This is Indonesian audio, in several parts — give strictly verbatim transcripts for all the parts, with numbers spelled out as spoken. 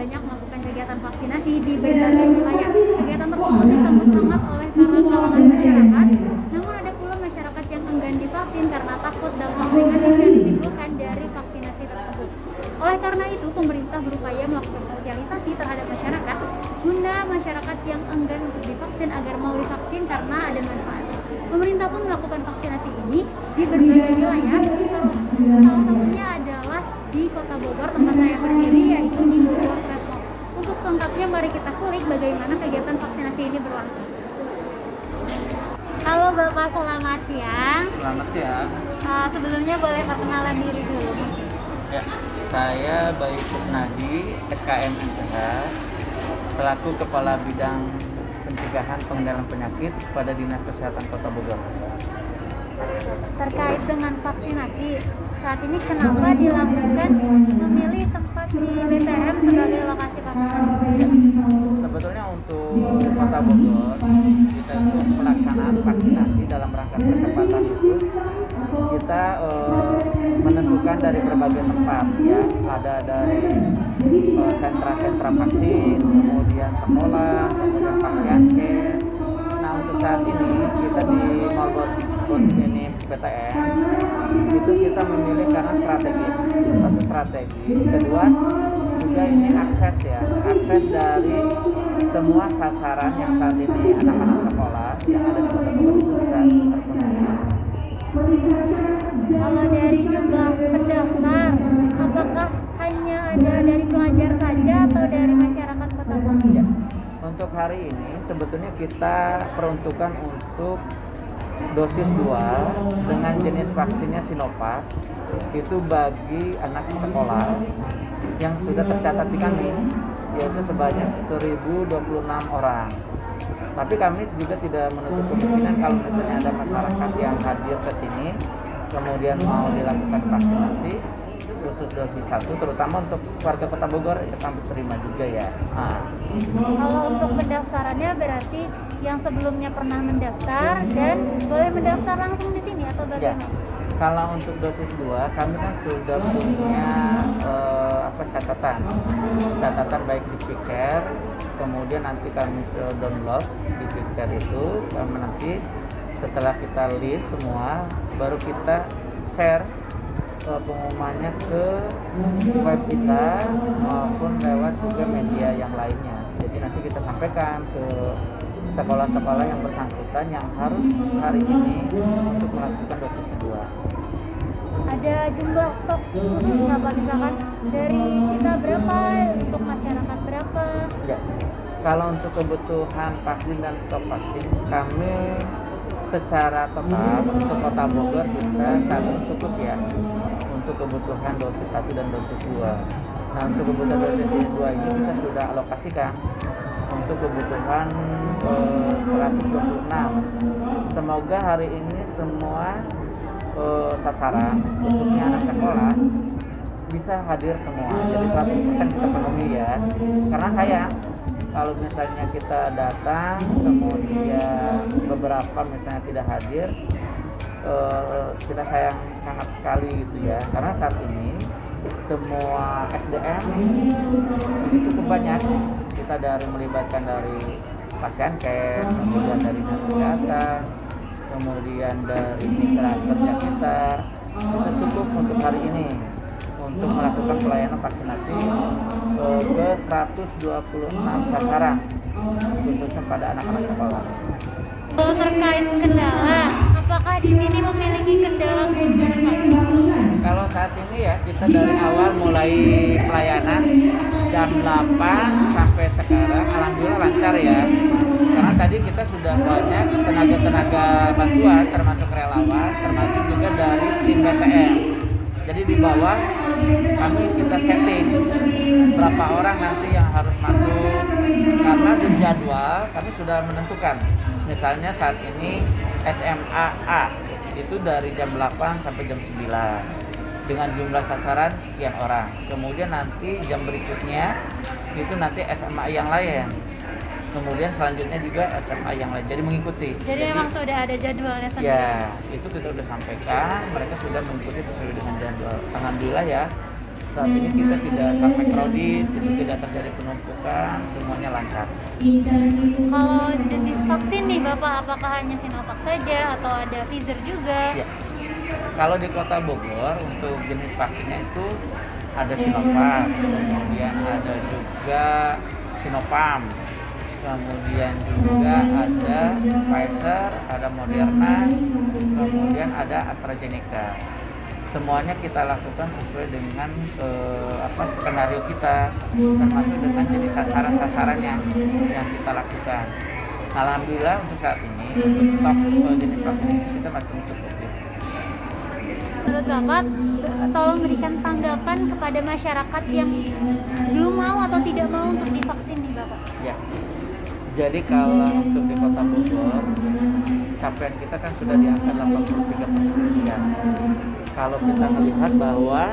banyak melakukan kegiatan vaksinasi di berbagai wilayah. Kegiatan tersebut disambut hangat oleh para kalangan masyarakat, namun ada pula masyarakat yang enggan divaksin karena takut dampak negatif yang ditimbulkan dari vaksinasi tersebut. Oleh karena itu, pemerintah berupaya melakukan sosialisasi terhadap masyarakat guna masyarakat yang enggan untuk divaksin agar mau divaksin karena ada manfaatnya. Pemerintah pun melakukan vaksinasi ini di berbagai wilayah, salah satunya adalah di Kota Bogor tempat saya berdiri, yaitu di Bogor Trade Mall. Untuk selengkapnya mari kita kulik bagaimana kegiatan vaksinasi ini berlangsung. Halo Bapak, selamat siang. Selamat siang. Uh, sebelumnya boleh perkenalan diri dulu. Ya, saya Bayu Kusnadi, S K M M P H, selaku Kepala Bidang Pencegahan Pengendalian Penyakit pada Dinas Kesehatan Kota Bogor. Terkait dengan vaksinasi, saat ini kenapa dilakukan memilih tempat di B T M sebagai lokasi vaksinasi? Sebetulnya untuk Kota Bogor, kita untuk pelaksanaan vaksinasi dalam rangka percepatan itu, kita eh, menentukan dari berbagai tempat, ya, ada dari eh, sentra-sentra vaksin, kemudian sekolah, kemudian pasienkes. Nah, untuk saat ini kita di Malbor ini P T M itu kita memilih karena strategi, satu strategi, kedua juga ini akses, ya, akses dari semua sasaran yang saat ini anak-anak sekolah yang ada di Kota Bogor itu bisa terpenuhi. Kalau dari jumlah pendaftar, apakah hanya ada dari pelajar saja atau dari masyarakat Kota Bogor? Ya, untuk hari ini sebetulnya kita peruntukan untuk dosis dua dengan jenis vaksinnya Sinovac itu bagi anak sekolah yang sudah tercatat di kami, yaitu sebanyak seribu dua puluh enam orang. Tapi kami juga tidak menutup kemungkinan kalau misalnya ada masyarakat yang hadir ke sini kemudian mau dilakukan vaksinasi khusus dosis satu, terutama untuk warga Kota Bogor itu kami terima juga, ya. Nah. Kalau untuk pendaftarannya berarti yang sebelumnya pernah mendaftar dan boleh mendaftar langsung di sini atau bagaimana? Ya. Kalau untuk dosis dua kami kan sudah punya eh, apa catatan, catatan baik di Piker, kemudian nanti kami download di Piker itu, kami nanti setelah kita list semua baru kita share pengumumannya ke web kita maupun lewat juga media yang lainnya. Jadi nanti kita sampaikan ke sekolah-sekolah yang bersangkutan yang harus hari ini untuk melakukan dosis kedua. Ada jumlah stok khusus nggak Pak, misalkan dari kita berapa, untuk masyarakat berapa? Ya, kalau untuk kebutuhan vaksin dan stok vaksin kami secara total untuk Kota Bogor kita sangat cukup, ya, untuk kebutuhan dosis satu dan dosis dua. Nah, untuk kebutuhan dosis dua ini kita sudah alokasikan untuk kebutuhan eh, seratus dua puluh enam. Semoga hari ini semua eh, sasaran khususnya anak sekolah bisa hadir semua. Jadi seratus persen kita penuhi, ya. Karena sayang kalau misalnya kita datang kemudian beberapa misalnya tidak hadir, eh, kita sayang sangat sekali gitu, ya. Karena saat ini semua S D M ini cukup banyak. Kita dari melibatkan dari pasienkes, kemudian dari dinas kesehatan, kemudian dari mitra kerja kita, kita cukup untuk hari ini untuk melakukan pelayanan vaksinasi eh, ke seratus dua puluh enam sasaran khususnya pada anak-anak sekolah. Kalau terkait kendala, apakah di sini memiliki kendala khusus, Pak? Kalau saat ini, ya, kita dari awal mulai pelayanan jam delapan sampai sekarang alhamdulillah lancar, ya. Karena tadi kita sudah banyak tenaga-tenaga bantuan termasuk relawan, termasuk juga dari tim B T M. Jadi di bawah kami kita setting berapa orang nanti yang harus masuk, karena di jadwal kami sudah menentukan. Misalnya saat ini S M A A itu dari jam delapan sampai jam sembilan dengan jumlah sasaran sekian orang. Kemudian nanti jam berikutnya itu nanti S M A yang lain. Kemudian selanjutnya juga S M A yang lain. Jadi mengikuti. Jadi, Jadi memang sudah ada jadwalnya sendiri. Ya, itu kita sudah sampaikan, mereka sudah mengikuti sesuai dengan jadwal. Alhamdulillah, ya. saat ini kita tidak sampai crowded, itu tidak terjadi penumpukan, semuanya lancar. Kalau jenis vaksin nih Bapak, apakah hanya Sinovac saja atau ada Pfizer juga? Ya. Kalau di Kota Bogor untuk jenis vaksinnya itu ada Sinovac, kemudian ada juga Sinopharm, kemudian juga ada Pfizer, ada Moderna, kemudian ada AstraZeneca. Semuanya kita lakukan sesuai dengan eh, apa skenario kita, termasuk dengan jenis sasaran-sasaran yang yang kita lakukan. Alhamdulillah untuk saat ini untuk stok eh, jenis vaksin ini kita masih mencukupi. Menurut Bapak, tolong berikan tanggapan kepada masyarakat yang belum mau atau tidak mau untuk divaksin nih Bapak. Ya. Jadi kalau untuk di Kota Bogor, capaian kita kan sudah di angka delapan puluh tiga persen. Kalau kita melihat bahwa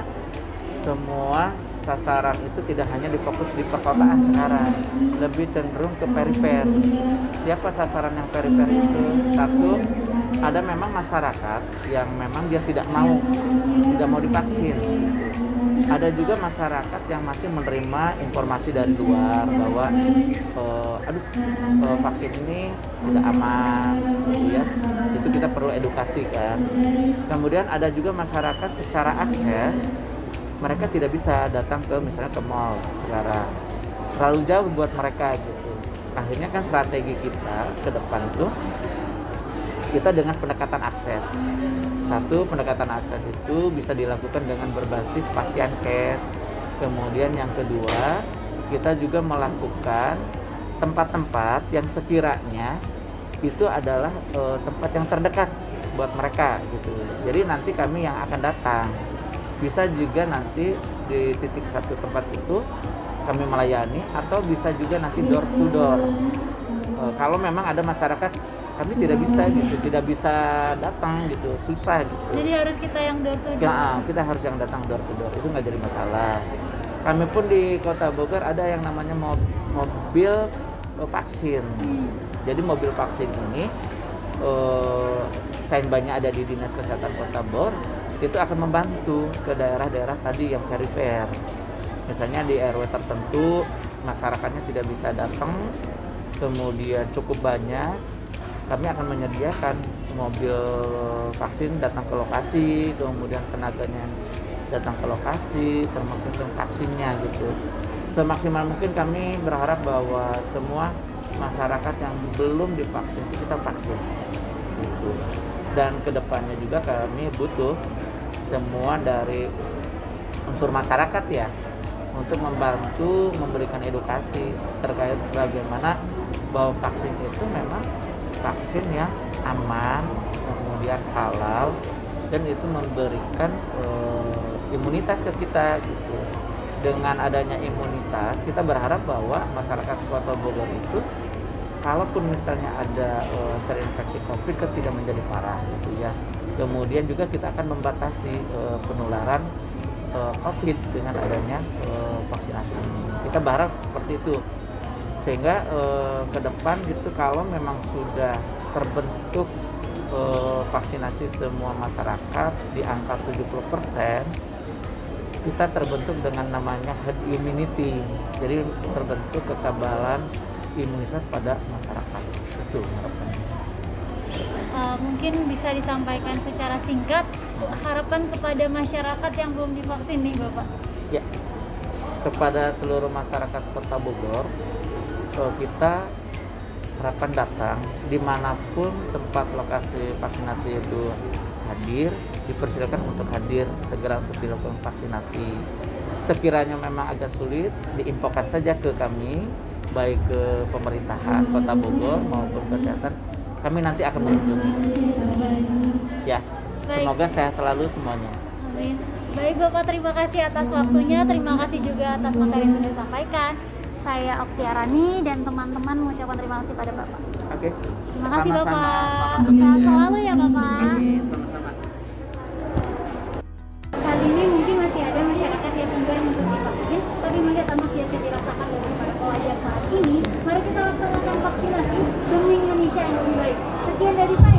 semua sasaran itu tidak hanya difokus di perkotaan sekarang, lebih cenderung ke perifer. Siapa sasaran yang perifer itu? Satu, ada memang masyarakat yang memang dia tidak mau, tidak mau divaksin. Ada juga masyarakat yang masih menerima informasi dari luar bahwa uh, aduh uh, vaksin ini tidak aman, gitu ya. Itu kita perlu edukasi kan. Kemudian ada juga masyarakat secara akses mereka tidak bisa datang ke misalnya ke mall sekarang, terlalu jauh buat mereka gitu. Akhirnya kan strategi kita ke depan tuh kita dengan pendekatan akses. Satu, pendekatan akses itu bisa dilakukan dengan berbasis pasien case. Kemudian yang kedua, kita juga melakukan tempat-tempat yang sekiranya itu adalah e, tempat yang terdekat buat mereka gitu. Jadi nanti kami yang akan datang. Bisa juga nanti di titik satu tempat itu kami melayani, atau bisa juga nanti door to door. E, kalau memang ada masyarakat kami tidak bisa gitu, tidak bisa datang gitu, susah gitu. Jadi harus kita yang door to door. Ya, kita harus yang datang door to door, itu nggak jadi masalah. Kami pun di Kota Bogor ada yang namanya mobil vaksin. Jadi mobil vaksin ini uh, standby-nya ada di Dinas Kesehatan Kota Bogor, itu akan membantu ke daerah-daerah tadi yang perifer. Misalnya di R W tertentu masyarakatnya tidak bisa datang, kemudian cukup banyak, kami akan menyediakan mobil vaksin datang ke lokasi, kemudian tenaganya datang ke lokasi, termasuk vaksinnya gitu. Semaksimal mungkin kami berharap bahwa semua masyarakat yang belum divaksin itu kita vaksin gitu. Dan kedepannya juga kami butuh semua dari unsur masyarakat ya untuk membantu memberikan edukasi terkait bagaimana bahwa vaksin itu memang vaksin yang aman, kemudian halal, dan itu memberikan e, imunitas ke kita gitu. Dengan adanya imunitas, kita berharap bahwa masyarakat Kota Bogor itu, kalaupun misalnya ada e, terinfeksi COVID, kan tidak menjadi parah gitu ya. Kemudian juga kita akan membatasi e, penularan e, COVID dengan adanya e, vaksinasi ini. Kita berharap seperti itu. Sehingga eh, ke depan gitu kalau memang sudah terbentuk eh, vaksinasi semua masyarakat di angka tujuh puluh persen, kita terbentuk dengan namanya herd immunity. Jadi terbentuk kekebalan imunitas pada masyarakat. Itu harapannya. Uh, mungkin bisa disampaikan secara singkat harapan kepada masyarakat yang belum divaksin nih Bapak. Ya, kepada seluruh masyarakat Kota Bogor, kita harapan datang dimanapun tempat lokasi vaksinasi itu hadir, dipersilakan untuk hadir segera untuk dilakukan vaksinasi. Sekiranya memang agak sulit, diinfokan saja ke kami, baik ke pemerintahan Kota Bogor maupun kesehatan, kami nanti akan mengunjungi. Ya, baik. Semoga sehat selalu semuanya. Amin. Baik Bapak, terima kasih atas waktunya, terima kasih juga atas materi yang sudah disampaikan. Saya Oktiarani dan teman-teman mengucapkan terima kasih pada Bapak. Oke. Terima kasih Sama-sama. Bapak. Sehat selalu ya Bapak. Amin. Sama-sama. Saat ini mungkin masih ada masyarakat yang enggan untuk divaksin, tapi melihat antusias yang dirasakan dari para pelajar saat ini, mari kita laksanakan vaksinasi demi Indonesia yang lebih baik. Sekian dari saya.